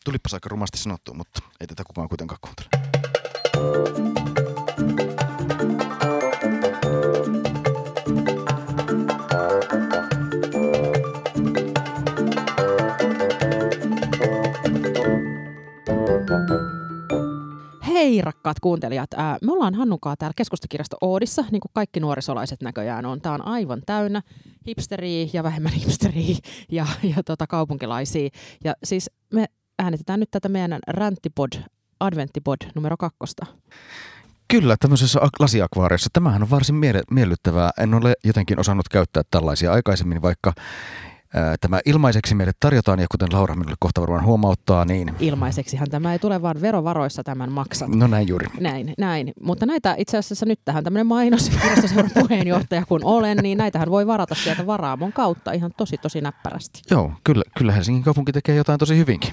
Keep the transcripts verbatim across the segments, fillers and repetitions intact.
Tulipas aika rumasti sanottua, mutta ei tätä kukaan kuitenkaan kuuntele. Hei rakkaat kuuntelijat, me ollaan Hannukaa täällä Keskustakirjasto Oodissa, niin kuin kaikki nuorisolaiset näköjään on. Tää on aivan täynnä hipsteriä ja vähemmän hipsteriä ja, ja tota, kaupunkilaisia. Ja siis me äänitetään nyt tätä meidän Ränttipod, Adventtipod numero kakkosta. Kyllä, tämmöisessä lasiakvaariossa. Tämähän on varsin mie- miellyttävää. En ole jotenkin osannut käyttää tällaisia aikaisemmin, vaikka ää, tämä ilmaiseksi meille tarjotaan, ja kuten Laura minulle kohta varmaan huomauttaa, niin... Ilmaiseksihan tämä ei tule, vaan verovaroissa tämän maksat. No näin juuri. Näin, näin. Mutta näitä itse asiassa nyt tähän tämmöinen mainos, kirjastoseuran puheenjohtaja kun olen, niin näitähän voi varata sieltä Varaamon kautta ihan tosi tosi näppärästi. Joo, kyllä, kyllä Helsingin kaupunki tekee jotain tosi hyvinkin.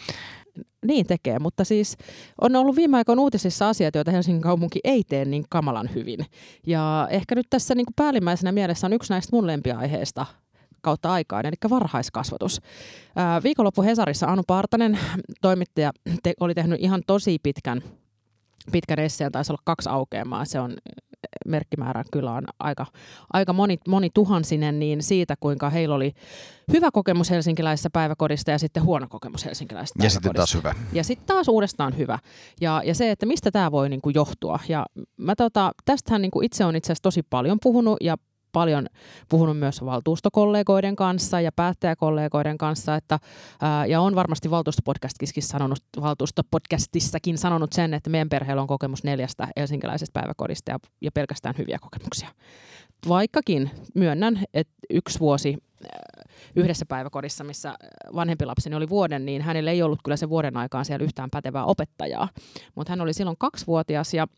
Niin tekee, mutta siis on ollut viime aikoina uutisissa asiat, joita Helsingin kaupunki ei tee niin kamalan hyvin. Ja ehkä nyt tässä niin kuin päällimmäisenä mielessä on yksi näistä mun lempiaiheista kautta aikaan, eli varhaiskasvatus. Ää, viikonloppu Hesarissa Anu Partanen, toimittaja, te, oli tehnyt ihan tosi pitkän, pitkän esseen, taisi olla kaksi aukeamaa, se on merkkimäärä kyllä on aika, aika moni, monituhansinen, niin siitä kuinka heillä oli hyvä kokemus helsinkiläisessä päiväkodista ja sitten huono kokemus helsinkiläisessä ja päiväkodista. sitten taas hyvä. Ja sitten taas uudestaan hyvä. Ja, ja se, että mistä tämä voi niinku johtua. Ja mä tota, tästähän niinku itse on itse asiassa tosi paljon puhunut ja paljon puhunut myös valtuustokollegoiden kanssa ja päättäjäkollegoiden kanssa, että, ää, ja on varmasti valtuustopodcastissakin sanonut, valtuustopodcastissakin sanonut sen, että meidän perheellä on kokemus neljästä helsinkiläisestä päiväkodista ja, ja pelkästään hyviä kokemuksia. Vaikkakin myönnän, että yksi vuosi yhdessä päiväkodissa, missä vanhempi lapseni oli vuoden, niin hänellä ei ollut kyllä se vuoden aikaan siellä yhtään pätevää opettajaa, mutta hän oli silloin kaksivuotias ja,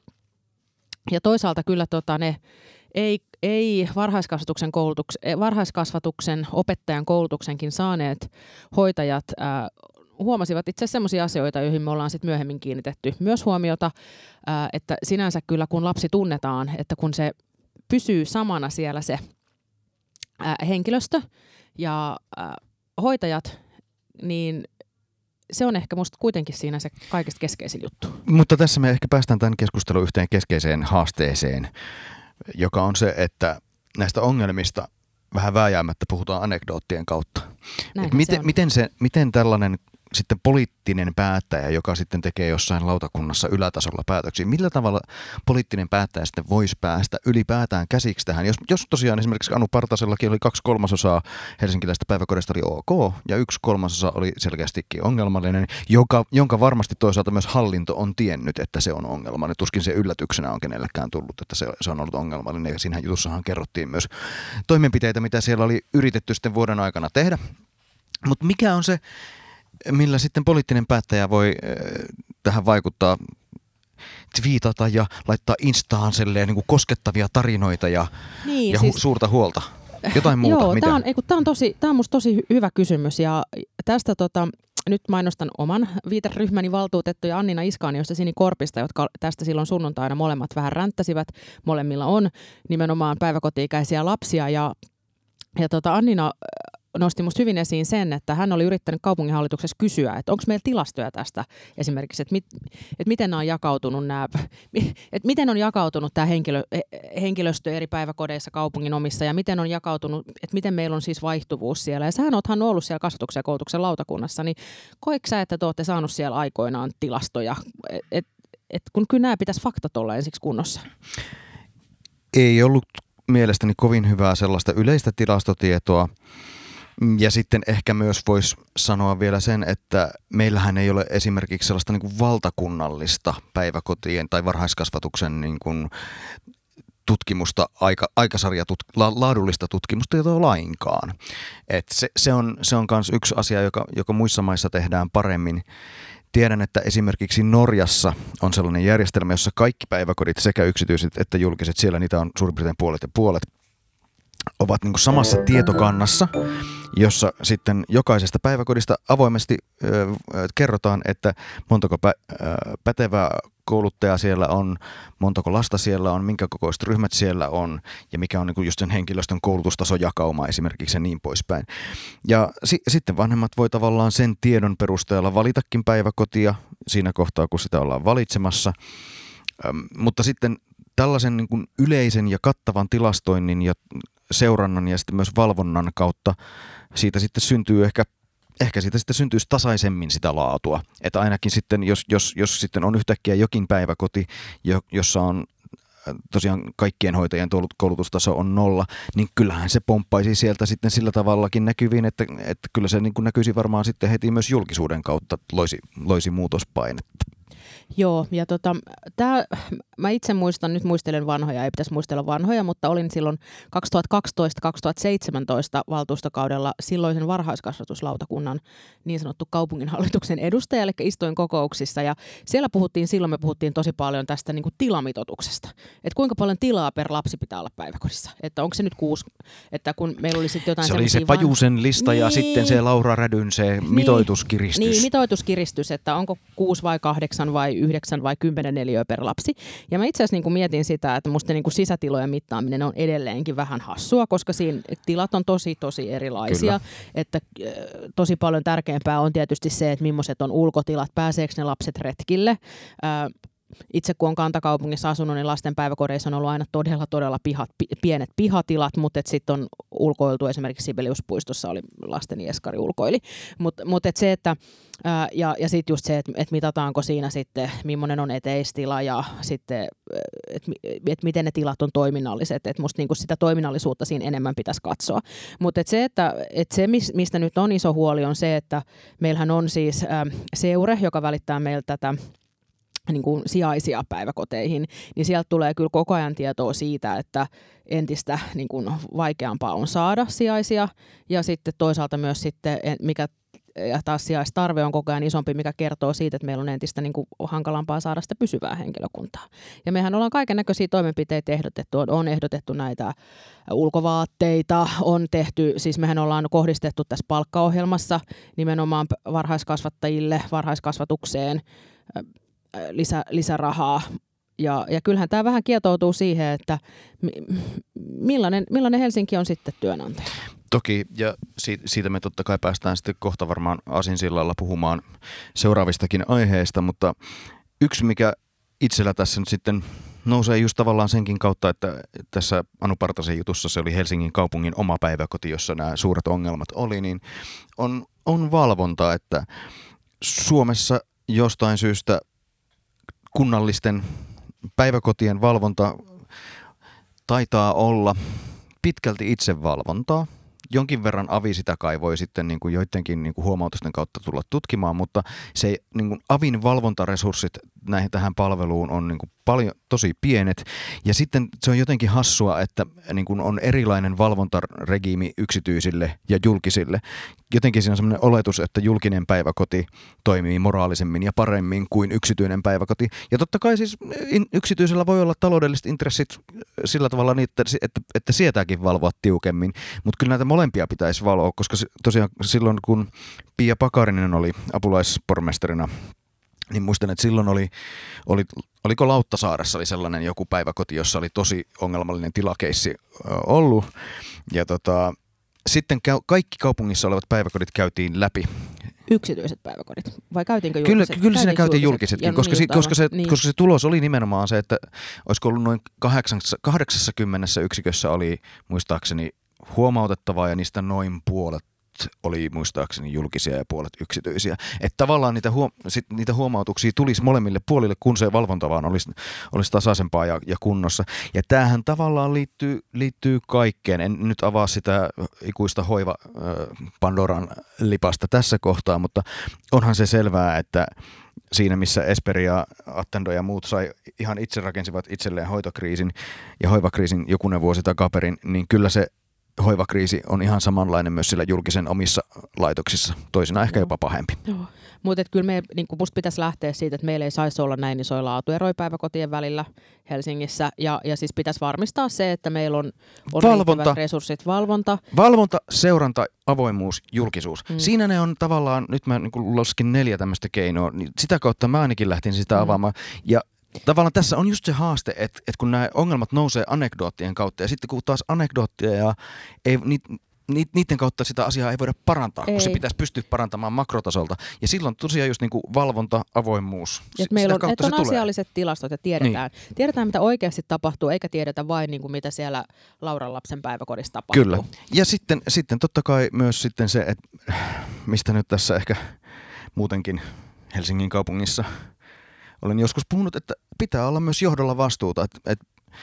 ja toisaalta kyllä tota, ne Ei, ei varhaiskasvatuksen, koulutuks- varhaiskasvatuksen opettajan koulutuksenkin saaneet hoitajat ää, huomasivat itse asiassa sellaisia asioita, joihin me ollaan sit myöhemmin kiinnitetty myös huomiota, ää, että sinänsä kyllä kun lapsi tunnetaan, että kun se pysyy samana siellä se ää, henkilöstö ja ää, hoitajat, niin se on ehkä musta kuitenkin siinä se kaikista keskeisin juttu. Mutta tässä me ehkä päästään tämän keskustelun yhteen keskeiseen haasteeseen, joka on se, että näistä ongelmista vähän vääjäämättä puhutaan anekdoottien kautta. Miten, se miten, se, miten tällainen sitten poliittinen päättäjä, joka sitten tekee jossain lautakunnassa ylätasolla päätöksiä, millä tavalla poliittinen päättäjä sitten voisi päästä ylipäätään käsiksi tähän? Jos, jos tosiaan esimerkiksi Anu Partasellakin oli kaksi kolmasosaa helsinkiläistä päiväkodista oli ok, ja yksi kolmasosa oli selkeästikin ongelmallinen, joka, jonka varmasti toisaalta myös hallinto on tiennyt, että se on ongelmallinen. Tuskin se yllätyksenä on kenellekään tullut, että se, se on ollut ongelmallinen, ja siinähän jutussahan kerrottiin myös toimenpiteitä, mitä siellä oli yritetty sitten vuoden aikana tehdä. Mutta mikä on se, millä sitten poliittinen päättäjä voi äh, tähän vaikuttaa, twiitata ja laittaa Instaan selleen niin kuin koskettavia tarinoita ja, niin, ja hu- siis, suurta huolta? Jotain muuta? Joo, tämä on, on, tosi, on musta tosi hyvä kysymys ja tästä tota, nyt mainostan oman viiteryhmäni valtuutettuja Annina Iskaaniosta ja Sini Korpista, jotka tästä silloin sunnuntaina molemmat vähän ränttäsivät. Molemmilla on nimenomaan päiväkoti-ikäisiä lapsia ja, ja tota, Annina nosti musta hyvin esiin sen, että hän oli yrittänyt kaupunginhallituksessa kysyä, että onko meillä tilastoja tästä esimerkiksi, että, mit, että miten on jakautunut nämä, että miten on jakautunut tämä henkilö, henkilöstö eri päiväkodeissa kaupungin omissa ja miten on jakautunut, että miten meillä on siis vaihtuvuus siellä. Ja sähän oothan ollut siellä kasvatuksen ja koulutuksen lautakunnassa, niin koetko sä, että te olette saanut siellä aikoinaan tilastoja, että et, et, kun kyllä nämä pitäisi faktat olla ensiksi kunnossa? Ei ollut mielestäni kovin hyvää sellaista yleistä tilastotietoa. Ja sitten ehkä myös voisi sanoa vielä sen, että meillähän ei ole esimerkiksi sellaista niin kuin valtakunnallista päiväkotien tai varhaiskasvatuksen niin kuin tutkimusta, aika, aikasarjatut, la, laadullista tutkimusta tietoa lainkaan. Et se, se on se on myös yksi asia, joka, joka muissa maissa tehdään paremmin. Tiedän, että esimerkiksi Norjassa on sellainen järjestelmä, jossa kaikki päiväkodit, sekä yksityiset että julkiset, siellä niitä on suurin piirtein puolet ja puolet, ovat niin kuin samassa tietokannassa, jossa sitten jokaisesta päiväkodista avoimesti ö, kerrotaan, että montako pä, ö, pätevää kouluttaja siellä on, montako lasta siellä on, minkä kokoiset ryhmät siellä on ja mikä on niin kuin just sen henkilöstön koulutustasojakauma esimerkiksi ja niin poispäin. Ja si- sitten vanhemmat voi tavallaan sen tiedon perusteella valitakin päiväkotia siinä kohtaa, kun sitä ollaan valitsemassa, ähm, mutta sitten tällaisen niin kuin yleisen ja kattavan tilastoinnin ja seurannan ja sitten myös valvonnan kautta siitä sitten syntyy ehkä, ehkä siitä sitten syntyisi tasaisemmin sitä laatua. Että ainakin sitten, jos, jos, jos sitten on yhtäkkiä jokin päiväkoti, jossa on tosiaan kaikkien hoitajien koulutustaso on nolla, niin kyllähän se pomppaisi sieltä sitten sillä tavallakin näkyviin, että, että kyllä se niin kuin näkyisi varmaan sitten heti myös julkisuuden kautta, loisi, loisi muutospainetta. Joo, ja tota, tää, mä itse muistan, nyt muistelen vanhoja, ei pitäisi muistella vanhoja, mutta olin silloin kaksituhattakaksitoista kaksituhattaseitsemäntoista valtuustokaudella silloisen varhaiskasvatuslautakunnan niin sanottu kaupunginhallituksen edustaja, eli istuin kokouksissa, ja siellä puhuttiin, silloin me puhuttiin tosi paljon tästä niin kuin tilamitoituksesta, että kuinka paljon tilaa per lapsi pitää olla päiväkodissa, että onko se nyt kuusi, että kun meillä oli sitten jotain se oli se Pajusen van... lista niin. Ja sitten se Laura Rädyn se niin. mitoituskiristys. Niin, mitoituskiristys, että onko kuusi vai kahdeksan vai yhdeksän vai kymmenen neliöä per lapsi. Ja mä itse asiassa niin kuin mietin sitä, että musta niin kuin sisätilojen mittaaminen on edelleenkin vähän hassua, koska siinä tilat on tosi, tosi erilaisia. Kyllä. Että äh, tosi paljon tärkeämpää on tietysti se, että millaiset on ulkotilat, pääseekö ne lapset retkille. Äh, Itse kun on kantakaupungissa asunut, niin lasten päiväkodeissa on ollut aina todella, todella pihat, pienet pihatilat, mutta sitten on ulkoiltu esimerkiksi Sibeliuspuistossa oli lasten jeskari ulkoili. Mutta mut et se, että ää, ja, ja sitten just se, että et mitataanko siinä sitten, millainen on eteistila ja sitten, että et miten ne tilat on toiminnalliset. Että musta niinku sitä toiminnallisuutta siinä enemmän pitäisi katsoa. Mutta et se, että et se, mistä nyt on iso huoli, on se, että meillähän on siis ää, seure, joka välittää meiltä tätä niin kuin sijaisia päiväkoteihin, niin sieltä tulee kyllä koko ajan tietoa siitä, että entistä niin kuin vaikeampaa on saada sijaisia ja sitten toisaalta myös sitten, mikä ja taas sijaistarve on koko ajan isompi, mikä kertoo siitä, että meillä on entistä niin kuin hankalampaa saada sitä pysyvää henkilökuntaa. Ja mehän ollaan kaiken näköisiä toimenpiteitä ehdotettu. On ehdotettu näitä ulkovaatteita, on tehty, siis mehän ollaan kohdistettu tässä palkkaohjelmassa nimenomaan varhaiskasvattajille, varhaiskasvatukseen, Lisä, lisärahaa. Ja, ja kyllähän tämä vähän kietoutuu siihen, että millainen, millainen Helsinki on sitten työnantaja. Toki, ja siitä me totta kai päästään sitten kohta varmaan aasinsilalla puhumaan seuraavistakin aiheista, mutta yksi mikä itsellä tässä nyt sitten nousee just tavallaan senkin kautta, että tässä Anu Partasen jutussa se oli Helsingin kaupungin oma päiväkoti, jossa nämä suuret ongelmat oli, niin on, on valvonta, että Suomessa jostain syystä kunnallisten päiväkotien valvonta taitaa olla pitkälti itsevalvontaa. Jonkin verran avi sitä kai voi sitten niin kuin joidenkin niin kuin huomautusten kautta tulla tutkimaan, mutta se niin kuin avin valvontaresurssit näihin tähän palveluun on niin kuin paljon, tosi pienet. Ja sitten se on jotenkin hassua, että niin kuin on erilainen valvontaregiimi yksityisille ja julkisille. Jotenkin siinä on sellainen oletus, että julkinen päiväkoti toimii moraalisemmin ja paremmin kuin yksityinen päiväkoti. Ja totta kai siis yksityisellä voi olla taloudelliset intressit sillä tavalla, että, että, että sietääkin valvoa tiukemmin, mutta kyllä näitä molempia pitäisi valvoa, koska tosiaan silloin kun Pia Pakarinen oli apulaispormestarina, niin muistan, että silloin oli, oli, oliko Lauttasaaressa oli sellainen joku päiväkoti, jossa oli tosi ongelmallinen tilakeissi ollut. Ja tota, sitten kaikki kaupungissa olevat päiväkodit käytiin läpi. Yksityiset päiväkodit, vai käytiinkö julkiset? Kyllä, kyllä siinä käytiin julkisetkin, koska, si, koska, se, niin. koska se tulos oli nimenomaan se, että olisiko ollut noin kahdeksankymmentä yksikössä oli muistaakseni huomautettavaa ja niistä noin puolet oli muistaakseni julkisia ja puolet yksityisiä. Että tavallaan niitä, huom- sit, niitä huomautuksia tulisi molemmille puolille, kun se valvonta vaan olisi, olisi tasaisempaa ja, ja kunnossa. Ja tämähän tavallaan liittyy, liittyy kaikkeen. En nyt avaa sitä ikuista hoiva äh, Pandoran lipasta tässä kohtaa, mutta onhan se selvää, että siinä missä Esperi ja Attendo ja muut sai ihan itse rakensivat itselleen hoitokriisin ja hoivakriisin jokunen vuosi takaperin, niin kyllä se hoivakriisi on ihan samanlainen myös sillä julkisen omissa laitoksissa, toisinaan ehkä jopa pahempi. Joo. Mutta kyllä me, niin musta pitäisi lähteä siitä, että meillä ei saisi olla näin isoja laatueroja päiväkotien välillä Helsingissä. Ja, ja siis pitäisi varmistaa se, että meillä on, on riittävät resurssit. Valvonta. Valvonta, seuranta, avoimuus, julkisuus. Mm. Siinä ne on tavallaan, nyt mä niin laskin neljä tämmöistä keinoa, niin sitä kautta mä ainakin lähtin sitä avaamaan. Mm. Ja Tavallaan tässä on just se haaste, että, että kun nämä ongelmat nousee anekdoottien kautta ja sitten kun taas anekdoottia ja ei, ni, ni, niiden kautta sitä asiaa ei voida parantaa, ei. kun se pitäisi pystyä parantamaan makrotasolta. Ja silloin tosiaan just niin kuin valvonta, avoimuus. Et meillä on, että on asialliset tilastot ja tiedetään, niin. tiedetään, mitä oikeasti tapahtuu, eikä tiedetä vain niin kuin mitä siellä Lauran lapsen päiväkodissa tapahtuu. Kyllä. Ja sitten, sitten totta kai myös sitten se, että mistä nyt tässä ehkä muutenkin Helsingin kaupungissa olen joskus puhunut, että pitää olla myös johdolla vastuuta. Et, et,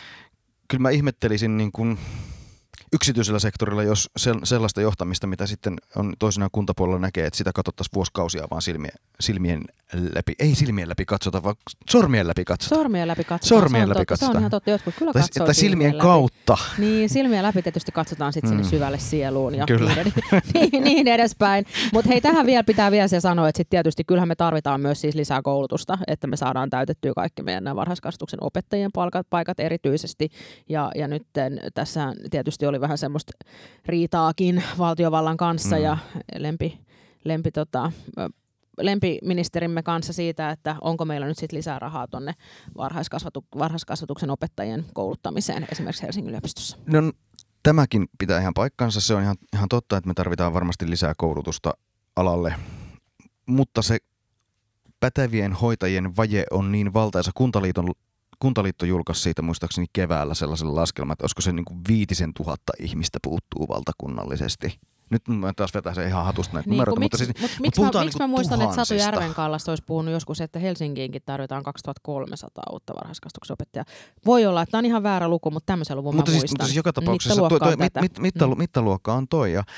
kyllä mä ihmettelisin niin kuin yksityisellä sektorilla, jos sellaista johtamista, mitä sitten on toisinaan kuntapuolella näkee, että sitä katsottaisiin vuosikausia vaan silmien, silmien läpi. Ei silmien läpi katsota, vaan sormien läpi katsotaan. Sormien läpi katsotaan. Sormien läpi totta, katsotaan. Se on ihan totta. Jotkut kyllä tai, katsoo silmien, silmien kautta. Läpi. Niin, silmien läpi tietysti katsotaan sitten sinne mm. syvälle sieluun ja kyllä. niin, niin, niin edespäin. Mutta hei, tähän vielä pitää vielä se sanoa, että sitten tietysti kyllähän me tarvitaan myös siis lisää koulutusta, että me saadaan täytettyä kaikki meidän nämä varhaiskasvatuksen opettajien palkat, paikat erityisesti. Ja, ja nyt tässä tietysti oli vähän semmoista riitaakin valtiovallan kanssa mm. ja lempi, lempi, tota, lempiministerimme kanssa siitä, että onko meillä nyt sit lisää rahaa tuonne varhaiskasvatu, varhaiskasvatuksen opettajien kouluttamiseen esimerkiksi Helsingin yliopistossa. No, tämäkin pitää ihan paikkansa. Se on ihan, ihan totta, että me tarvitaan varmasti lisää koulutusta alalle, mutta se pätevien hoitajien vaje on niin valtaisa. Kuntaliiton Kuntaliitto julkaisi siitä muistaakseni keväällä sellaisella laskelman, että olisiko se niin kuin viitisen tuhatta ihmistä puuttuu valtakunnallisesti. Nyt mä taas vetää se ihan hatusta näitä niin, numeroita, mutta, miksi, siis, mutta mutta miksi, mä, puhutaan miksi niin mä muistan, tuhansista. että Satu Järvenkallasta olisi puhunut joskus, että Helsinkiinkin tarvitaan kaksituhattakolmesataa uutta varhaiskasvatuksen opettajaa. Voi olla, että on ihan väärä luku, mutta tämmöisen luvun mutta mä siis, muistan. Mutta siis joka tapauksessa toi, toi, mit, mit, mittalu, mm. mittaluokka on toi ja,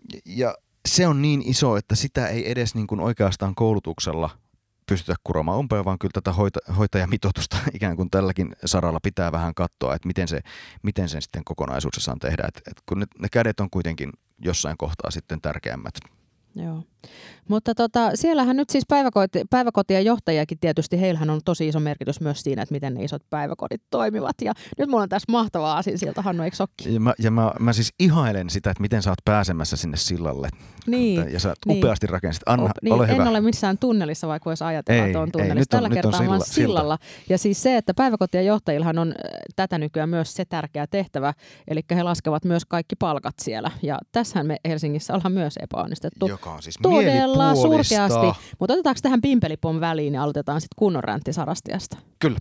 ja se on niin iso, että sitä ei edes niin kuin oikeastaan koulutuksella pystytä kuromaan umpeen, vaan kyllä tätä hoita, hoitajamitoitusta ikään kuin tälläkin saralla pitää vähän katsoa, että miten, se, miten sen sitten kokonaisuudessaan tehdään. Et, et kun ne, ne kädet on kuitenkin jossain kohtaa sitten tärkeämmät. Joo. Mutta tota, siellähän nyt siis päiväkoti, päiväkotien johtajiakin tietysti, heillähän on tosi iso merkitys myös siinä, että miten ne isot päiväkodit toimivat. Ja nyt mulla on tässä mahtavaa asia sieltä, Hannu, eikö sokki? Ja, mä, ja mä, mä siis ihailen sitä, että miten sä oot pääsemässä sinne sillalle. Niin. Ja sä niin. upeasti rakensit. Anna, Op, niin, ole hyvä. En ole missään tunnelissa, vaikka voisi ajatella, ei, että on tunnelissa. Ei, Tällä on, kertaa on mä oon silla, sillalla. Ja siis se, että päiväkotien johtajillahan on tätä nykyään myös se tärkeä tehtävä, eli he laskevat myös kaikki palkat siellä. Ja tässähän me Helsingissä ollaan myös epäonnistettu. Joka on siis todella surkeasti. Mutta otetaanko tähän pimpelipon väliin ja aloitetaan sitten kunnon räntti Sarastiasta? Kyllä.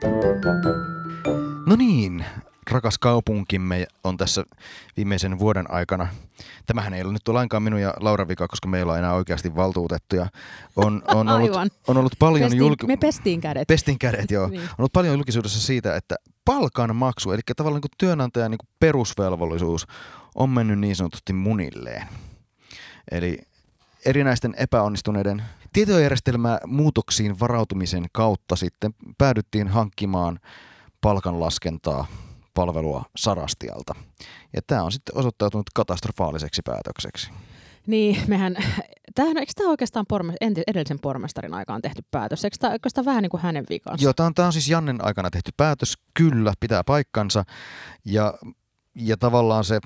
No niin, rakas kaupunkimme on tässä viimeisen vuoden aikana. Tämähän ei ole nyt lainkaan minun ja Laura vika, koska meillä on enää oikeasti valtuutettuja. On, on, ollut, on ollut paljon pestiin, julki... Me pestiin kädet. Pestiin kädet, joo. niin. On ollut paljon julkisuudessa siitä, että palkan maksu, eli tavallaan niin kuin työnantajan niin kuin perusvelvollisuus on mennyt niin sanotusti munilleen. Eli erinäisten epäonnistuneiden tietojärjestelmää muutoksiin varautumisen kautta sitten päädyttiin hankkimaan palkanlaskentaa palvelua Sarastialta. Ja tämä on sitten osoittautunut katastrofaaliseksi päätökseksi. Niin, mehän, tämähän, eikö tämä oikeastaan porme, edellisen pormestarin aikaan tehty päätös? Eikö tämä, eikö tämä vähän niin kuin hänen vikansa? Joo, tämä on, tämä on siis Jannen aikana tehty päätös. Kyllä, pitää paikkansa. Ja, ja tavallaan se,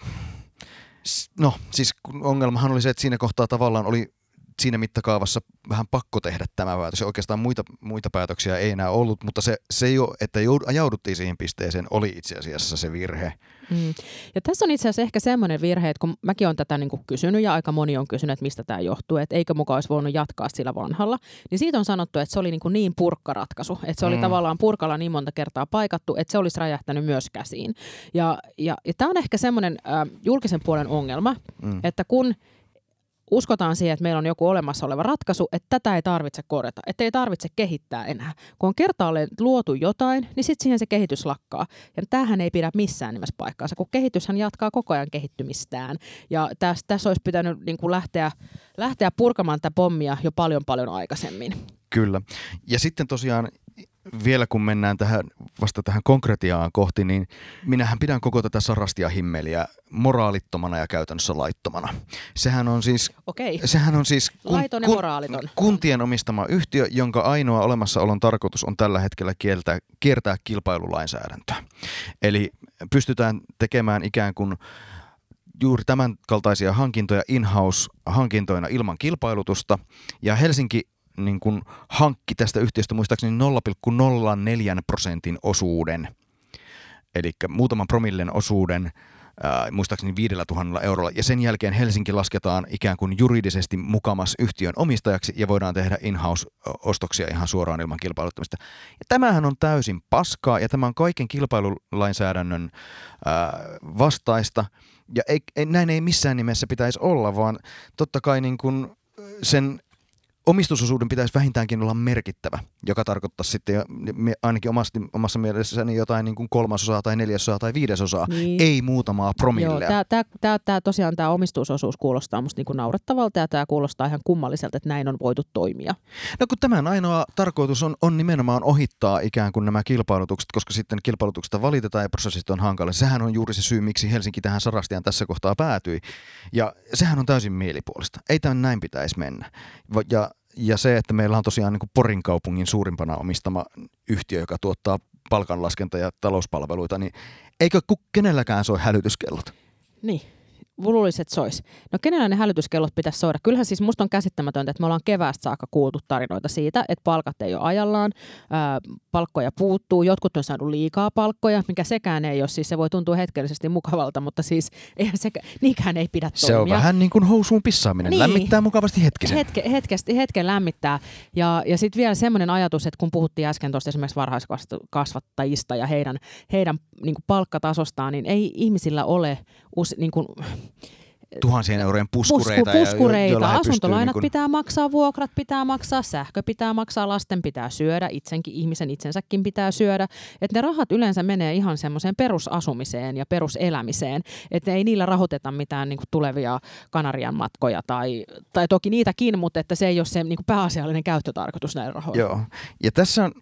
no siis ongelmahan oli se, että siinä kohtaa tavallaan oli siinä mittakaavassa vähän pakko tehdä tämä päätös. Oikeastaan muita, muita päätöksiä ei enää ollut, mutta se, se jo, että jouduttiin siihen pisteeseen, oli itse asiassa se virhe. Mm. Ja tässä on itse asiassa ehkä semmoinen virhe, että kun mäkin olen tätä niin kuin kysynyt ja aika moni on kysynyt, että mistä tämä johtuu, että eikö mukaan olisi voinut jatkaa sillä vanhalla, niin siitä on sanottu, että se oli niin, kuin niin purkkaratkaisu, että se oli mm. tavallaan purkalla niin monta kertaa paikattu, että se olisi räjähtänyt myös käsiin. Ja, ja, ja tämä on ehkä semmoinen äh, julkisen puolen ongelma, mm. että kun uskotaan siihen, että meillä on joku olemassa oleva ratkaisu, että tätä ei tarvitse korjata, että ei tarvitse kehittää enää. Kun on kertaalleen luotu jotain, niin sitten siihen se kehitys lakkaa. Ja tämähän ei pidä missään nimessä paikkaansa, kun kehityshän jatkaa koko ajan kehittymistään. Ja tässä, tässä olisi pitänyt niin kuin lähteä, lähteä purkamaan tätä pommia jo paljon paljon aikaisemmin. Kyllä. Ja sitten tosiaan vielä kun mennään tähän, vasta tähän konkretiaan kohti, niin minähän pidän koko tätä Sarastia-himmeliä moraalittomana ja käytännössä laittomana. Sehän on siis, Okei. Sehän on siis kun, laiton ja moraaliton. Kun, kuntien omistama yhtiö, jonka ainoa olemassaolon tarkoitus on tällä hetkellä kieltää, kiertää kilpailulainsäädäntöä. Eli pystytään tekemään ikään kuin juuri tämän kaltaisia hankintoja in-house-hankintoina ilman kilpailutusta. Ja Helsinki niin kuin hankki tästä yhtiöstä muistaakseni nolla pilkku nolla neljä prosentin osuuden, eli muutaman promillen osuuden, ää, muistaakseni viidellä tuhannella eurolla, ja sen jälkeen Helsinki lasketaan ikään kuin juridisesti mukamas yhtiön omistajaksi, ja voidaan tehdä in-house-ostoksia ihan suoraan ilman kilpailuttamista. Ja tämähän on täysin paskaa, ja tämä on kaiken kilpailulainsäädännön ää, vastaista, ja ei, ei, näin ei missään nimessä pitäisi olla, vaan totta kai niin kuin sen omistusosuuden pitäisi vähintäänkin olla merkittävä, joka tarkoittaa sitten ainakin omasti, omassa mielessäni jotain niin kuin kolmasosaa tai neljäsosaa tai viidesosaa, niin. Ei muutamaa promillea. Tämä tosiaan tämä omistusosuus kuulostaa musta niin kuin naurettavalta ja tämä kuulostaa ihan kummalliselta, että näin on voitu toimia. No kun tämän ainoa tarkoitus on, on nimenomaan ohittaa ikään kuin nämä kilpailutukset, koska sitten kilpailutuksesta valitetaan ja prosessit on hankala. Sehän on juuri se syy, miksi Helsinki tähän Sarastiaan tässä kohtaa päätyi. Ja sehän on täysin mielipuolista. Ei tämän näin pitäisi mennä. Ja Ja se, että meillä on tosiaan niin kuin Porin kaupungin suurimpana omistama yhtiö, joka tuottaa palkanlaskenta- ja talouspalveluita, niin eikö kenelläkään soi hälytyskellot? Niin. Luulisin, että sois. No kenellä ne hälytyskellot pitäisi soida? Kyllähän siis musta on käsittämätöntä, että me ollaan keväästä saakka kuultu tarinoita siitä, että palkat ei ole ajallaan, ää, palkkoja puuttuu, jotkut on saanut liikaa palkkoja, mikä sekään ei ole, siis se voi tuntua hetkellisesti mukavalta, mutta siis eihän sekä, niinkään ei pidä toimia. Se on vähän niin kuin housuun pissaaminen, niin. Lämmittää mukavasti hetkisen. Hetke, hetkesti, hetken lämmittää. Ja, ja sitten vielä semmoinen ajatus, että kun puhuttiin äsken tuosta esimerkiksi varhaiskasvattajista ja heidän, heidän niin kuin palkkatasostaan, niin ei ihmisillä ole us, niin kuin, tuhansien eurojen puskureita. Pusku, puskureita. Ja, asuntolainat niin kuin pitää maksaa, vuokrat pitää maksaa, sähkö pitää maksaa, lasten pitää syödä, itsenkin ihmisen itsensäkin pitää syödä. Että ne rahat yleensä menee ihan semmoiseen perusasumiseen ja peruselämiseen. Että ei niillä rahoiteta mitään niin kuin tulevia Kanarian matkoja tai, tai toki niitäkin, mutta että se ei ole se niin kuin pääasiallinen käyttötarkoitus näillä rahoilla. Joo. Ja tässä on,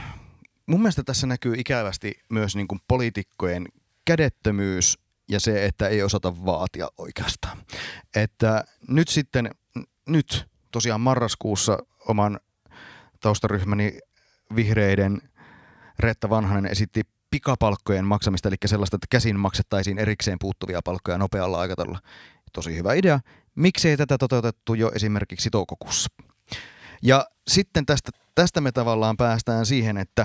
mun mielestä tässä näkyy ikävästi myös niin kuin poliitikkojen kädettömyys ja se, että ei osata vaatia oikeastaan. Että nyt sitten, nyt tosiaan marraskuussa oman taustaryhmäni vihreiden Reetta Vanhanen esitti pikapalkkojen maksamista, eli sellaista, että käsin maksettaisiin erikseen puuttuvia palkkoja nopealla aikataululla. Tosi hyvä idea. Miksei tätä toteutettu jo esimerkiksi toukokuussa? Ja sitten tästä, tästä me tavallaan päästään siihen, että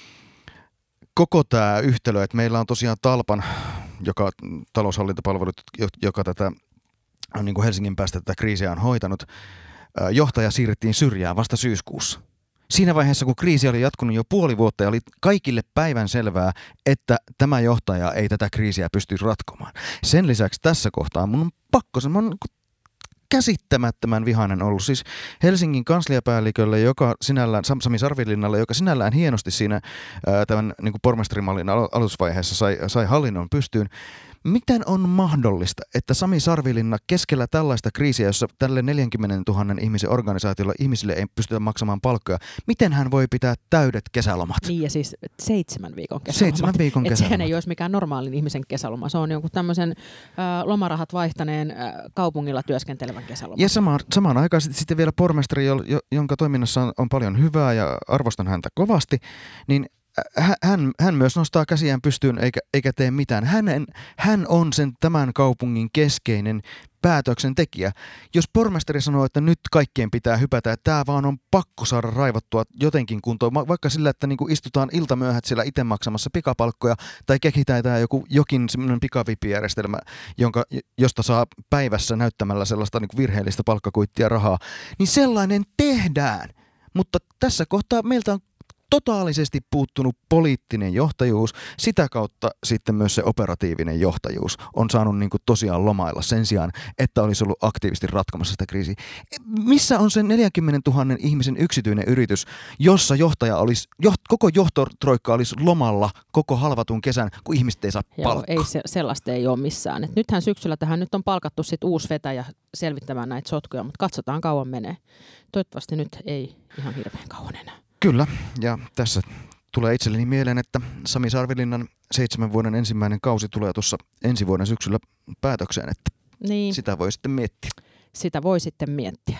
koko tämä yhtälö, että meillä on tosiaan Talpan, joka taloushallintopalvelut, joka tätä niin kuin Helsingin päästä tätä kriisiä on hoitanut, johtaja siirrettiin syrjään vasta syyskuussa. Siinä vaiheessa, kun kriisi oli jatkunut jo puoli vuotta ja oli kaikille päivän selvää, että tämä johtaja ei tätä kriisiä pysty ratkomaan. Sen lisäksi tässä kohtaa mun on pakko, mä oon käsittämättömän vihainen ollut. Siis Helsingin kansliapäällikölle, joka sinällään, Sami Sarvilinnalle, joka sinällään hienosti siinä ää, tämän niin kuin pormestarimallin aloitusvaiheessa sai, sai hallinnon pystyyn. Miten on mahdollista, että Sami Sarvilinna keskellä tällaista kriisiä, jossa tälle neljänkymmenentuhannen ihmisen organisaatiolla ihmisille ei pystytä maksamaan palkkoja, miten hän voi pitää täydet kesälomat? Niin ja siis seitsemän viikon kesälomat. Seitsemän viikon kesälomat. Että sehän ei olisi mikään normaalin ihmisen kesäloma. Se on jonkun tämmöisen äh, lomarahat vaihtaneen äh, kaupungilla työskentelevän kesäloma. Ja samaan, samaan aikaan sitten vielä pormestari, jonka toiminnassa on, on paljon hyvää ja arvostan häntä kovasti, niin Hän, hän myös nostaa käsiään pystyyn eikä, eikä tee mitään. Hän, hän on sen tämän kaupungin keskeinen päätöksentekijä. Jos pormestari sanoo, että nyt kaikkien pitää hypätä, että tämä vaan on pakko saada raivottua jotenkin kuntoon, vaikka sillä, että niinku istutaan iltamyöhät siellä itse maksamassa pikapalkkoja tai kehitetään joku, jokin semmoinen pikavippijärjestelmä, jonka, josta saa päivässä näyttämällä sellaista niinku virheellistä palkkakuittia rahaa, niin sellainen tehdään. Mutta tässä kohtaa meiltä on totaalisesti puuttunut poliittinen johtajuus, sitä kautta sitten myös se operatiivinen johtajuus on saanut niin kuin tosiaan lomailla sen sijaan, että olisi ollut aktiivisesti ratkomassa sitä kriisiä. Missä on se neljänkymmenentuhannen ihmisen yksityinen yritys, jossa johtaja olisi, joht, koko johtotroikka olisi lomalla koko halvatun kesän, kun ihmiset ei saa palkkaa? Joo, ei se, sellaista ei ole missään. Et nythän syksyllä tähän nyt on palkattu sit uusi vetäjä selvittämään näitä sotkuja, mutta katsotaan kauan menee. Toivottavasti nyt ei ihan hirveän kauan enää. Kyllä, ja tässä tulee itselleni mieleen, että Sami Sarvilinnan seitsemän vuoden ensimmäinen kausi tulee tuossa ensi vuoden syksyllä päätökseen, että niin. Sitä voi sitten miettiä. Sitä voi sitten miettiä.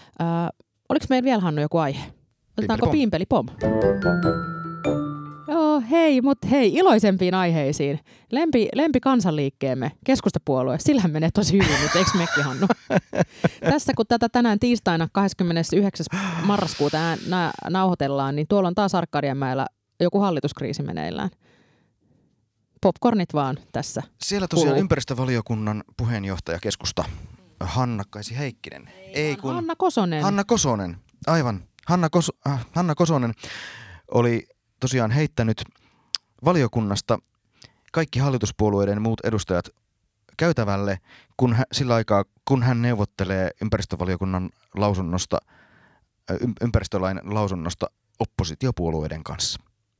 Äh, oliko meillä vielä, Hannu, joku aihe? Otetaanko Pimpeli Pom? Joo, Joo, hei, mutta hei, iloisempiin aiheisiin. Lempi, lempi kansanliikkeemme, keskustapuolue, sillähän menee tosi hyvin nyt, eikö mekki, Hannu? Tässä kun tätä tänään tiistaina kahdeskymmenesyhdeksäs marraskuuta ää, nä, nauhoitellaan, niin tuolla on taas Arkadianmäellä joku hallituskriisi meneillään. Popcornit vaan tässä. Siellä tosiaan kuluu. Ympäristövaliokunnan puheenjohtaja keskusta Hanna-Kaisa Heikkinen. Ei, Ei kun Hanna Kosonen. Hanna Kosonen, aivan. Hanna, Kos- äh, Hanna Kosonen oli tosiaan heittänyt valiokunnasta kaikki hallituspuolueiden muut edustajat käytävälle, kun hän, sillä aikaa, kun hän neuvottelee ympäristövaliokunnan lausunnosta, ympäristölain lausunnosta oppositiopuolueiden kanssa.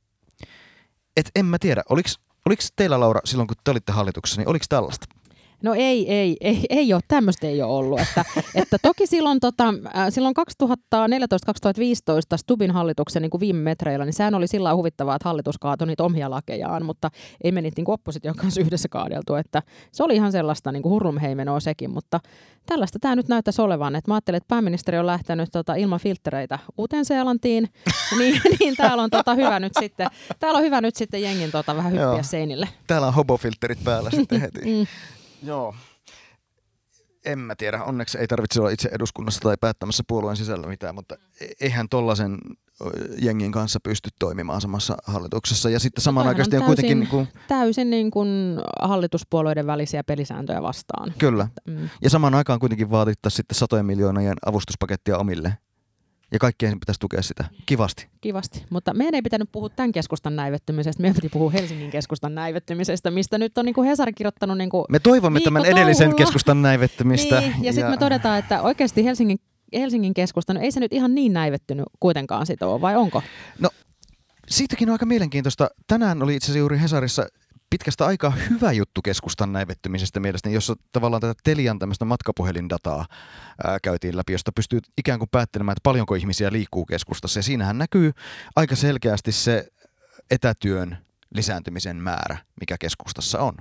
Et en mä tiedä, oliko, oliko teillä, Laura, silloin kun te olitte hallituksessa, niin oliko tällaista? No ei, ei, ei, ei ole, tämmöistä ei ole ollut. Että, että toki silloin, tota, silloin kaksituhattaneljätoista kaksituhattaviisitoista Stubbin hallituksen niin kuin viime metreillä, niin sehän oli sillä huvittavaa, että hallitus kaatoi niitä omia lakejaan, mutta ei me niitä niin kuin opposition kanssa yhdessä kaadeltu. Että se oli ihan sellaista niin kuin hurlumheimenoa sekin, mutta tällaista tämä nyt näyttäisi olevan. Että mä ajattelin, että pääministeri on lähtenyt tota, ilman filtreitä Uuteen-Seelantiin, niin, niin täällä on tota, hyvä nyt sitten, täällä on hyvä nyt sitten jengin tota, vähän hyppiä Joo. seinille. Täällä on hobofilterit päällä sitten heti. mm. Joo. En mä tiedä. Onneksi ei tarvitse olla itse eduskunnassa tai päättämässä puolueen sisällä mitään, mutta eihän tollaisen jengin kanssa pysty toimimaan samassa hallituksessa. Ja sitten samanaikaisesti on, on kuitenkin niin kuin täysin niin kuin hallituspuolueiden välisiä pelisääntöjä vastaan. Kyllä. Mm. Ja samaan aikaan kuitenkin vaatittaisiin sitten satojen miljoonien avustuspakettia omille. Ja kaikkien pitäisi tukea sitä. Kivasti. Kivasti. Mutta meidän ei pitänyt puhua tämän keskustan näivettymisestä. Meidän piti puhua Helsingin keskustan näivettymisestä, mistä nyt on niin kuin Hesari kirjoittanut niin kuin me toivomme tämän edellisen keskustan näivettymistä. Niin, ja, ja sitten me todetaan, että oikeasti Helsingin, Helsingin keskustan, ei se nyt ihan niin näivettynyt kuitenkaan sitä ole, vai onko? No, siitäkin on aika mielenkiintoista. Tänään oli itse asiassa juuri Hesarissa pitkästä aikaa hyvä juttu keskustan näivettymisestä mielestäni, jossa tavallaan tätä Telian tämmöistä matkapuhelindataa ää, käytiin läpi, josta pystyy ikään kuin päättelemään, että paljonko ihmisiä liikkuu keskustassa. Ja siinähän näkyy aika selkeästi se etätyön lisääntymisen määrä, mikä keskustassa on.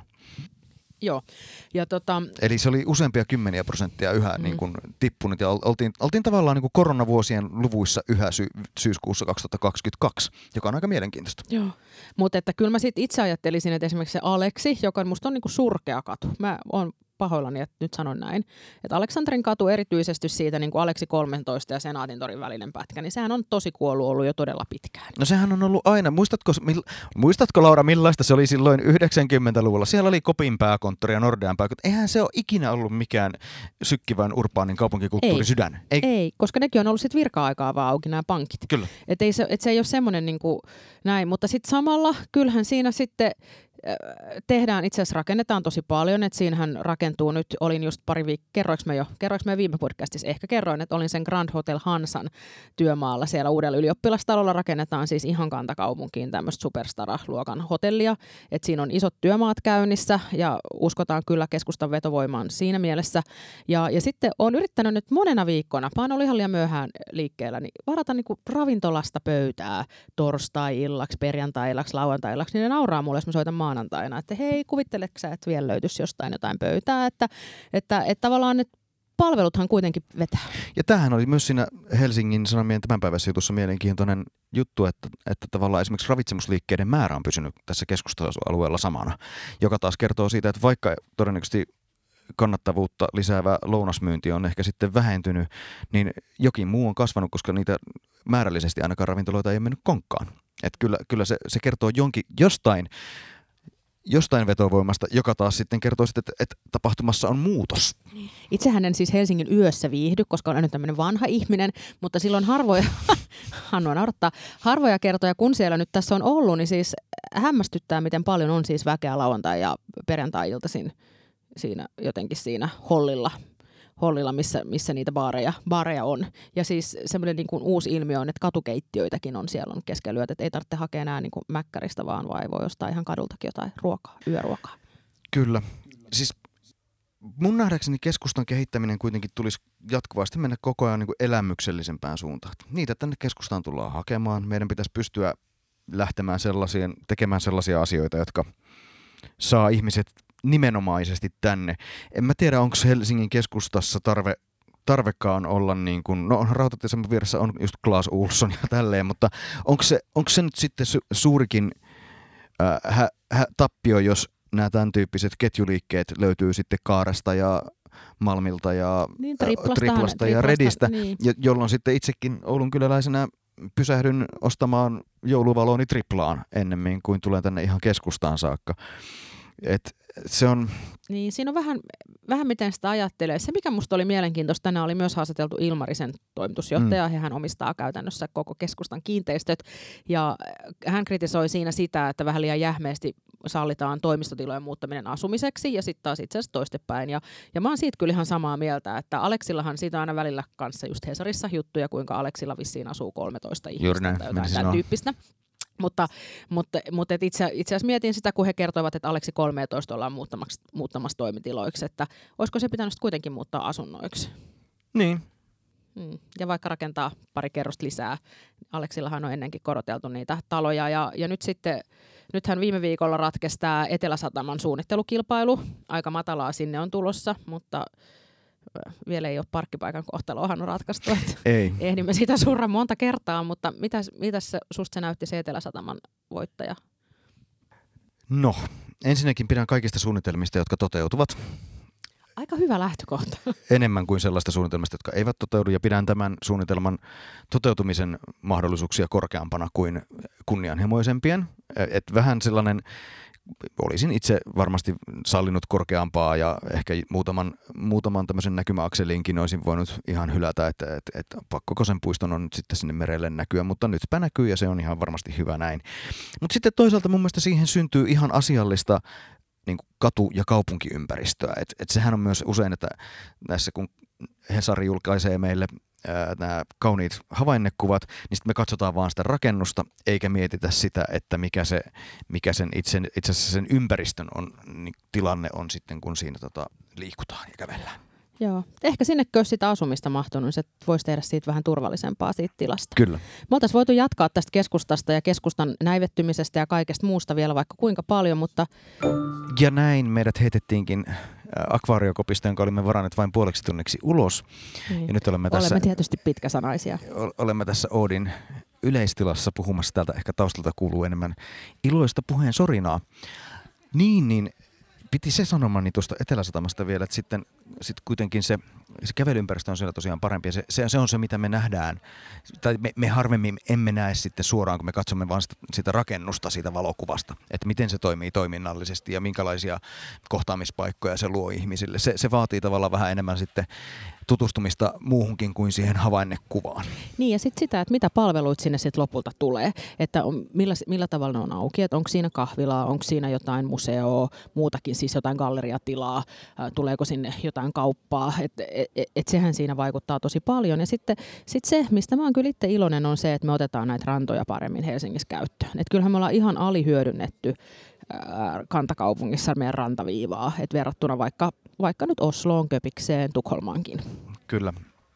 Joo. Ja tota Eli se oli useampia kymmeniä prosenttia yhä mm. niin kuin tippunut ja oltiin, oltiin tavallaan niin kuin koronavuosien luvuissa yhä sy- syyskuussa kaksituhattakaksikymmentäkaksi, joka on aika mielenkiintoista. Joo, mutta että kyllä mä sit itse ajattelisin, että esimerkiksi se Aleksi, joka musta on niin kuin surkea katu. Mä oon pahoillani, että nyt sanon näin. Että Aleksanterin katu erityisesti siitä niin kuin Aleksi kolmetoista ja Senaatintorin välinen pätkä, niin sehän on tosi kuollut ollut jo todella pitkään. No sehän on ollut aina. Muistatko, mil, muistatko Laura, millaista se oli silloin yhdeksänkymmentäluvulla? Siellä oli Kopin pääkonttori ja Nordean pääkonttori. Eihän se ole ikinä ollut mikään sykkivän urbaanin kaupunkikulttuurisydän. Ei, ei, koska nekin on ollut sit virka-aikaa vaan auki nämä pankit. Kyllä. Että se, et se ei ole semmoinen niin kuin näin, mutta sitten samalla kyllähän siinä sitten tehdään, itse asiassa rakennetaan tosi paljon, että siinähän rakentuu nyt, olin just pari viikkoa, kerroinko mä jo, kerroinko mä viime podcastissa, ehkä kerroin, että olin sen Grand Hotel Hansan työmaalla, siellä uudella ylioppilastalolla rakennetaan siis ihan kantakaupunkiin tämmöistä superstara-luokan hotellia, että siinä on isot työmaat käynnissä ja uskotaan kyllä keskustan vetovoimaan siinä mielessä, ja, ja sitten olen yrittänyt nyt monena viikkona, mä oon ollut ihan liian myöhään liikkeellä, niin varata niinku ravintolasta pöytää torstai-illaksi, perjantai-illaksi, lauantai-illaksi, niin ne nauraa mulle, jos mä soitan maanantaina, että hei, kuvitteleksä sä, että vielä löytyisi jostain jotain pöytää, että, että, että tavallaan ne palveluthan kuitenkin vetää. Ja tämähän oli myös siinä Helsingin Sanomien tämänpäiväisessä jutussa mielenkiintoinen juttu, että, että tavallaan esimerkiksi ravitsemusliikkeiden määrä on pysynyt tässä keskustelualueella samana, joka taas kertoo siitä, että vaikka todennäköisesti kannattavuutta lisäävä lounasmyynti on ehkä sitten vähentynyt, niin jokin muu on kasvanut, koska niitä määrällisesti ainakaan ravintoloita ei ole mennyt konkkaan. Että kyllä, kyllä se, se kertoo jonkin, jostain, jostain vetovoimasta, joka taas sitten kertoo, sitten, että, että tapahtumassa on muutos. Itsehän en siis Helsingin yössä viihdy, koska olen nyt tämmöinen vanha ihminen, mutta silloin harvoja, Hannu naurattaa, harvoja kertoja, kun siellä nyt tässä on ollut, niin siis hämmästyttää, miten paljon on siis väkeä lauantai- ja perjantai-iltaisin siinä jotenkin siinä hollilla. Hollilla, missä, missä niitä baareja, baareja on. Ja siis semmoinen niin kuin uusi ilmiö on, että katukeittiöitäkin on siellä on keskellä yötä, että ei tarvitse hakea enää niin kuin mäkkäristä, vaan vai voi ostaa ihan kadultakin jotain ruokaa, yöruokaa. Kyllä. Siis mun nähdäkseni keskustan kehittäminen kuitenkin tulisi jatkuvasti mennä koko ajan niin kuin elämyksellisempään suuntaan. Niitä tänne keskustaan tullaan hakemaan. Meidän pitäisi pystyä lähtemään sellaisiin, tekemään sellaisia asioita, jotka saa ihmiset nimenomaisesti tänne. En mä tiedä, onko Helsingin keskustassa tarve, tarvekaan olla niin kuin, no rautatieaseman vieressä on just Clas Ohlson ja tälleen, mutta onko se, onko se nyt sitten su, suurikin äh, hä, hä, tappio, jos nämä tämän tyyppiset ketjuliikkeet löytyy sitten Kaaresta ja Malmilta ja niin, triplasta, triplasta ja Redistä, niin. jolloin sitten itsekin Oulun kyläläisenä pysähdyn ostamaan jouluvaloni triplaan ennemmin kuin tulen tänne ihan keskustaan saakka. Et se on... Niin, siinä on vähän, vähän miten sitä ajattelee. Se, mikä musta oli mielenkiintoista, tänään oli myös haastateltu Ilmarisen toimitusjohtaja. Mm. Hän omistaa käytännössä koko keskustan kiinteistöt. Ja hän kritisoi siinä sitä, että vähän liian jähmeästi sallitaan toimistotilojen muuttaminen asumiseksi ja sitten taas itse asiassa toistepäin. Ja, ja mä oon siitä kyllä ihan samaa mieltä, että Aleksillahan siitä on aina välillä kanssa just Hesarissa juttuja, kuinka Aleksilla vissiin asuu kolmetoista ihmistä tai jotain tämän tyyppistä. Mutta, mutta, mutta itse, itse asiassa mietin sitä, kun he kertoivat, että Aleksi kolmetoista ollaan muuttamassa, muuttamassa toimitiloiksi, että olisiko se pitänyt kuitenkin muuttaa asunnoiksi. Niin. Hmm. Ja vaikka rakentaa pari kerrosta lisää. Aleksillahan on ennenkin koroteltu niitä taloja ja, ja nyt sitten, nythän viime viikolla ratkesi tämä Etelä-Sataman suunnittelukilpailu. Aika matalaa sinne on tulossa, mutta vielä ei ole parkkipaikan kohtaloahan on ratkaistu. Ei. Ehdimme sitä surra monta kertaa, mutta mitäs, mitäs se, susta se näytti se Etelä-Sataman voittaja? No, ensinnäkin pidän kaikista suunnitelmista, jotka toteutuvat. Aika hyvä lähtökohta. Enemmän kuin sellaista suunnitelmista, jotka eivät toteudu, ja pidän tämän suunnitelman toteutumisen mahdollisuuksia korkeampana kuin kunnianhimoisempien. Et vähän sellainen, olisin itse varmasti sallinut korkeampaa ja ehkä muutaman, muutaman tämmöisen näkymäakselinkin olisin voinut ihan hylätä, että, että, että Pakkokosen puiston on nyt sitten sinne merelle näkyä, mutta nytpä näkyy ja se on ihan varmasti hyvä näin. Mutta sitten toisaalta mun mielestä siihen syntyy ihan asiallista niin kuin katu- ja kaupunkiympäristöä. Et, et sehän on myös usein, että näissä kun Hesari julkaisee meille nämä kauniit havainnekuvat, niin sitten me katsotaan vaan sitä rakennusta, eikä mietitä sitä, että mikä, se, mikä sen itse, itse asiassa sen ympäristön on, niin tilanne on sitten, kun siinä tota, liikutaan ja kävellään. Joo. Ehkä sinnekö olisi sitä asumista mahtunut, niin se voisi tehdä siitä vähän turvallisempaa siitä tilasta. Kyllä. Me oltaisiin voitu jatkaa tästä keskustasta ja keskustan näivettymisestä ja kaikesta muusta vielä vaikka kuinka paljon, mutta... Ja näin meidät heitettiinkin akvaariokopista, jonka olimme varanneet vain puoleksi tunniksi ulos. Niin. Ja nyt olemme tässä... Olemme tietysti pitkäsanaisia. Olemme tässä Oodin yleistilassa puhumassa. Täältä ehkä taustalta kuuluu enemmän iloista puheen sorinaa. Niin, niin... Piti se sanomani tuosta Etelä-Satamasta vielä, että sitten sit kuitenkin se, se kävelyympäristö on siellä tosiaan parempi. Se, se, se on se, mitä me nähdään. Tai me, me harvemmin emme näe sitten suoraan, kun me katsomme vain sitä, sitä rakennusta siitä valokuvasta. Että miten se toimii toiminnallisesti ja minkälaisia kohtaamispaikkoja se luo ihmisille. Se, se vaatii tavallaan vähän enemmän sitten tutustumista muuhunkin kuin siihen havainnekuvaan. Niin ja sitten sitä, että mitä palveluita sinne sitten lopulta tulee. Että on, millä, millä tavalla ne on auki. Että onko siinä kahvilaa, onko siinä jotain museoa, muutakin siis jotain galleriatilaa, ää, tuleeko sinne jotain kauppaa. Että et, et, et sehän siinä vaikuttaa tosi paljon. Ja sitten sit se, mistä mä oon kyllä itse iloinen, on se, että me otetaan näitä rantoja paremmin Helsingissä käyttöön. Että kyllähän me ollaan ihan alihyödynnetty kantakaupungissa meidän rantaviivaa, että verrattuna vaikka, vaikka nyt Osloon, Köpikseen, Tukholmaankin. Kyllä.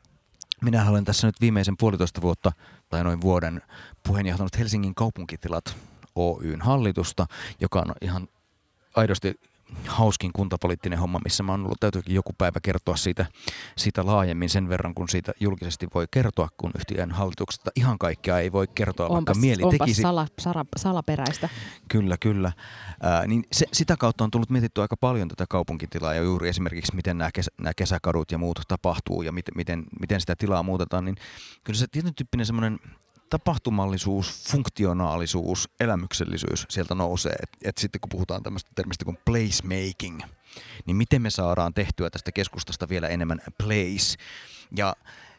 Minä olen tässä nyt viimeisen puolitoista vuotta tai noin vuoden puheenjohtanut Helsingin kaupunkitilat Oy:n hallitusta, joka on ihan aidosti hauskin kuntapoliittinen homma, missä mä oon ollut, täytyykin joku päivä kertoa siitä, siitä laajemmin sen verran, kun siitä julkisesti voi kertoa, kun yhtiön hallituksesta ihan kaikkea ei voi kertoa, onpas, vaikka mieli onpas tekisi. Sala, sala, salaperäistä. Kyllä, kyllä. Ää, niin se, sitä kautta on tullut mietittyä aika paljon tätä kaupunkitilaa ja juuri esimerkiksi, miten nämä, kesä, nämä kesäkadut ja muut tapahtuu ja miten, miten, miten sitä tilaa muutetaan, niin kyllä se tietyn tyyppinen semmoinen tapahtumallisuus, funktionaalisuus, elämyksellisyys sieltä nousee. Et, et sitten kun puhutaan tämmöistä termistä kuin placemaking, niin miten me saadaan tehtyä tästä keskustasta vielä enemmän place. Ja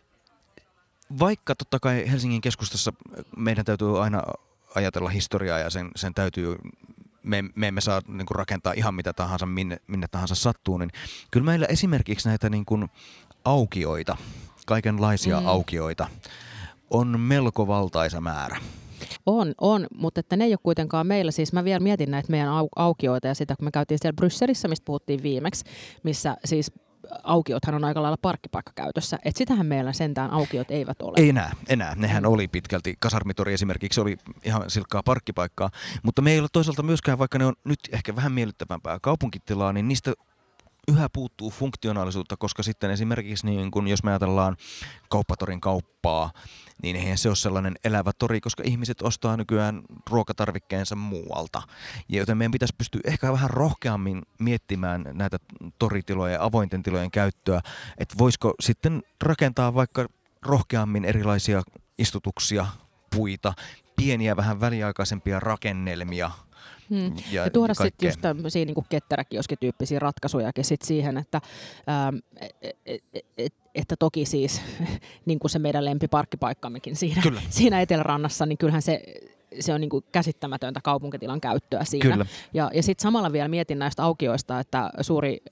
vaikka totta kai Helsingin keskustassa meidän täytyy aina ajatella historiaa ja sen, sen täytyy, me, me emme saa niin kuin rakentaa ihan mitä tahansa, minne, minne tahansa sattuu, niin kyllä meillä esimerkiksi näitä niin kuin aukioita, kaikenlaisia mm. aukioita, on melko valtaisa määrä. On, on, mutta että ne ei ole kuitenkaan meillä. Siis mä vielä mietin näitä meidän au- aukioita ja sitä, kun me käytiin siellä Brysselissä, mistä puhuttiin viimeksi, missä siis aukiothan on aika lailla parkkipaikkakäytössä. Että sitähän meillä sentään aukiot eivät ole. Ei enää, enää. Nehän oli pitkälti. Kasarmitori esimerkiksi oli ihan silkkaa parkkipaikkaa. Mutta me ei ole toisaalta myöskään, vaikka ne on nyt ehkä vähän miellyttävämpää kaupunkitilaa, niin niistä yhä puuttuu funktionaalisuutta, koska sitten esimerkiksi niin kun jos me ajatellaan kauppatorin kauppaa, niin eihän se ole sellainen elävä tori, koska ihmiset ostaa nykyään ruokatarvikkeensa muualta. Ja joten meidän pitäisi pystyä ehkä vähän rohkeammin miettimään näitä toritilojen ja avointen tilojen käyttöä, että voisiko sitten rakentaa vaikka rohkeammin erilaisia istutuksia, puita, pieniä vähän väliaikaisempia rakennelmia. Hmm. Ja, ja tuoda sitten just tämmöisiä niin ketteräkioskityyppisiä ratkaisujakin sit siihen, että, ää, et, et, et, että toki siis niin kuin se meidän lempiparkkipaikkammekin siinä, siinä Etelärannassa, niin kyllähän se, se on niin kuin käsittämätöntä kaupunkitilan käyttöä siinä. Kyllä. Ja, ja sitten samalla vielä mietin näistä aukioista, että suuri...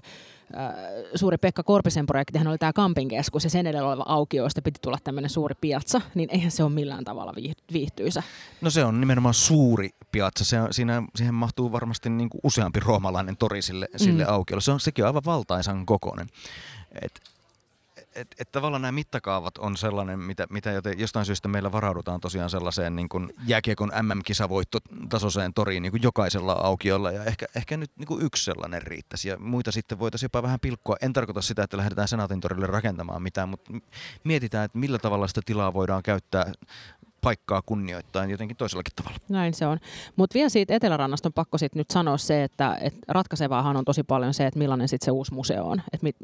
suuri Pekka Korpisen projektihan oli tämä Kampinkeskus ja sen edellä oleva aukioista piti tulla tämmöinen suuri piazza, niin eihän se ole millään tavalla viihtyisä. No se on nimenomaan suuri piazza. Se on, siinä, siihen mahtuu varmasti niin kuin useampi roomalainen tori sille, sille mm. aukiolle. Se on, sekin on aivan valtaisan kokoinen. Et, et, et tavallaan nämä mittakaavat on sellainen, mitä, mitä joten jostain syystä meillä varaudutaan tosiaan sellaiseen niin kuin jääkiekon M M-kisavoittotasoiseen toriin niin kuin jokaisella aukiolla. Ja ehkä, ehkä nyt niin kuin yksi sellainen riittäisi. Ja muita sitten voitaisiin jopa vähän pilkkoa. En tarkoita sitä, että lähdetään Senaatintorille rakentamaan mitään, mutta mietitään, että millä tavalla sitä tilaa voidaan käyttää paikkaa kunnioittain jotenkin toisellakin tavalla. Näin se on. Mutta vielä siitä Etelärannasta on pakko sit nyt sanoa se, että et ratkaisevaahan on tosi paljon se, että millainen sitten se uusi museo on. Että mit,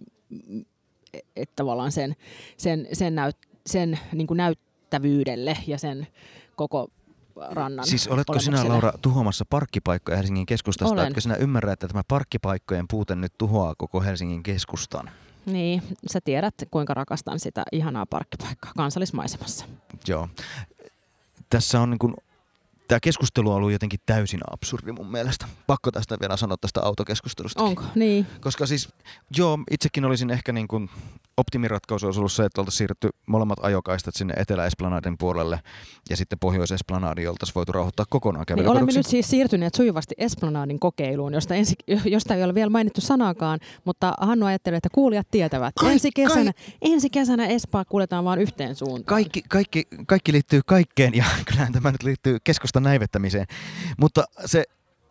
että tavallaan sen, sen, sen, näyt, sen niin kuin näyttävyydelle ja sen koko rannan. Siis oletko sinä, Laura, tuhoamassa parkkipaikkoja Helsingin keskustasta? Olen. Etkö sinä ymmärrä, että tämä parkkipaikkojen puute nyt tuhoaa koko Helsingin keskustan? Niin, sä tiedät, kuinka rakastan sitä ihanaa parkkipaikkaa kansallismaisemassa. Joo. Tässä on niin kuin... Tämä keskustelu on ollut jotenkin täysin absurdi mun mielestä. Pakko tästä vielä sanoa tästä autokeskustelusta. Onko? Niin. Koska siis, joo, itsekin olisin ehkä niin kuin optimiratkaisu olisi ollut se, että oltaisiin siirrytty molemmat ajokaistat sinne Etelä-Esplanadin puolelle ja sitten Pohjois-Esplanadiin oltaisiin voitu rauhoittaa kokonaan kävelykaduksi. Niin olemme nyt siis siirtyneet sujuvasti Esplanadin kokeiluun, josta, ensi, josta ei ole vielä mainittu sanaakaan, mutta Hannu ajattelee, että kuulijat tietävät. Kaik, ensi, kesänä, kaik... ensi kesänä Espaa kuljetaan vaan yhteen suuntaan. Kaikki, kaikki, kaikki liittyy kaikkeen ja kyllähän tämä nyt liittyy keskustan näivettämiseen, mutta se...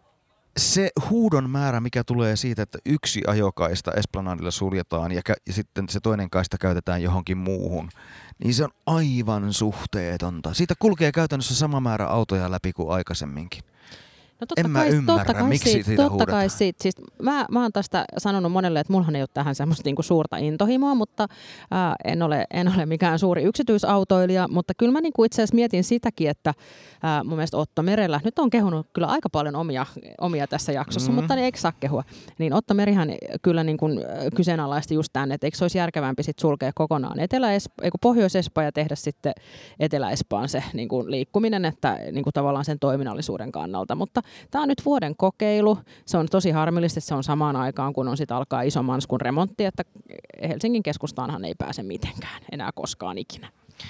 Se huudon määrä, mikä tulee siitä, että yksi ajokaista Esplanadilla suljetaan ja, kä- ja sitten se toinen kaista käytetään johonkin muuhun, niin se on aivan suhteetonta. Siitä kulkee käytännössä sama määrä autoja läpi kuin aikaisemminkin. No totta en mä kai, ymmärrä, totta kai miksi siitä, siitä totta kai siitä. Siis mä, mä oon tästä sanonut monelle, että mullahan ei ole tähän semmoista niinku suurta intohimoa, mutta ää, en, ole, en ole mikään suuri yksityisautoilija, mutta kyllä mä niinku itse asiassa mietin sitäkin, että ää, mun mielestä Otto Merellä, nyt on kehunut kyllä aika paljon omia, omia tässä jaksossa, mm. mutta eikö saa kehua, niin Otto Merihän kyllä niinku kyseenalaisti just tämän, että eikö se olisi järkevämpi sit sulkea kokonaan Etelä-Espa, eiku Pohjois-Espaa ja tehdä sitten Etelä-Espaan se niinku liikkuminen, että niinku tavallaan sen toiminnallisuuden kannalta, mutta tämä on nyt vuoden kokeilu. Se on tosi harmillista, että se on samaan aikaan, kun on sit alkaa iso manskun remontti, että Helsingin keskustaanhan ei pääse mitenkään enää koskaan ikinä.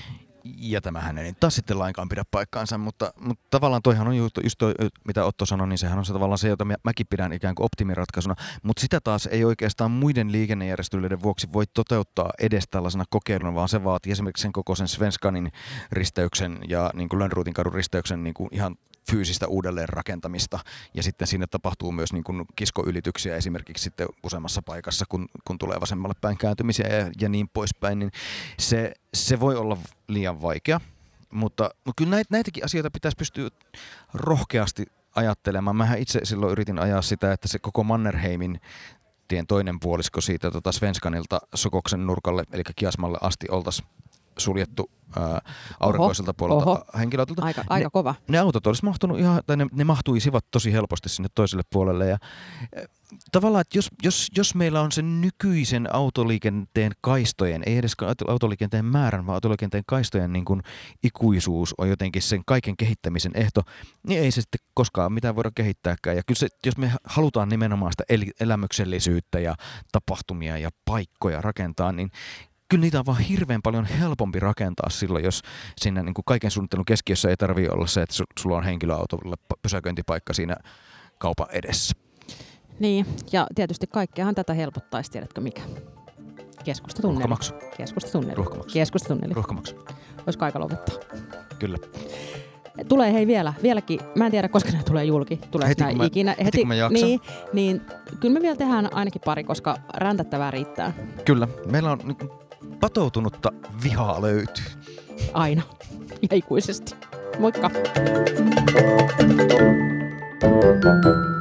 Ja tämähän ei taas sitten lainkaan pidä paikkaansa, mutta, mutta tavallaan toihan on just, just toi, mitä Otto sanoi, niin sehän on se tavallaan se, jota mäkin pidän ikään kuin optimiratkaisuna, mutta sitä taas ei oikeastaan muiden liikennejärjestelyiden vuoksi voi toteuttaa edes tällaisena kokeiluna, vaan se vaatii esimerkiksi sen kokoisen Svenskanin risteyksen ja niin kuin Lönnruutin kadun risteyksen niin kuin ihan fyysistä uudelleenrakentamista ja sitten siinä tapahtuu myös niin kuin kiskoylityksiä esimerkiksi sitten useammassa paikassa, kun, kun tulee vasemmalle päin kääntymisiä ja, ja niin poispäin, niin se, se voi olla liian vaikea, mutta, mutta kyllä näit, näitäkin asioita pitäisi pystyä rohkeasti ajattelemaan. Mähän itse silloin yritin ajaa sitä, että se koko Mannerheimin tien toinen puolisko siitä tota Svenskanilta Sokoksen nurkalle, eli Kiasmalle asti oltaisiin suljettu ää, aurinkoiselta puolelta oho. henkilöautoilta. Aika, aika ne, kova. Ne autot olisi mahtunut ihan, tai ne, ne mahtuisivat tosi helposti sinne toiselle puolelle. Ja, äh, tavallaan, että jos, jos, jos meillä on sen nykyisen autoliikenteen kaistojen, ei edes autoliikenteen määrän, vaan autoliikenteen kaistojen niin kuin ikuisuus on jotenkin sen kaiken kehittämisen ehto, niin ei se sitten koskaan mitään voida kehittääkään. Ja kyllä se, jos me halutaan nimenomaan sitä el- elämyksellisyyttä ja tapahtumia ja paikkoja rakentaa, niin kyllä niitä on vaan hirveän paljon helpompi rakentaa silloin, jos siinä niin kuin kaiken suunnittelun keskiössä ei tarvitse olla se, että sulla on henkilöautolle pysäköintipaikka siinä kaupan edessä. Niin, ja tietysti kaikkeahan tätä helpottaisi, tiedätkö mikä? Keskustatunneli. Ruuhkamaksu. Keskustatunneli. Ruuhkamaksu. Keskustatunneli. Ruuhkamaksu. Olisiko aika lopettaa? Kyllä. tulee hei vielä, vieläkin, mä en tiedä koska ne tulee julki, tulee heti, kun mä, ikinä. Heti, heti kun mä jaksan. Niin, niin kyllä me vielä tehdään ainakin pari, koska räntättävää riittää. Kyllä, meillä on niin patoutunutta vihaa löytyy. Aina ja ikuisesti. Moikka!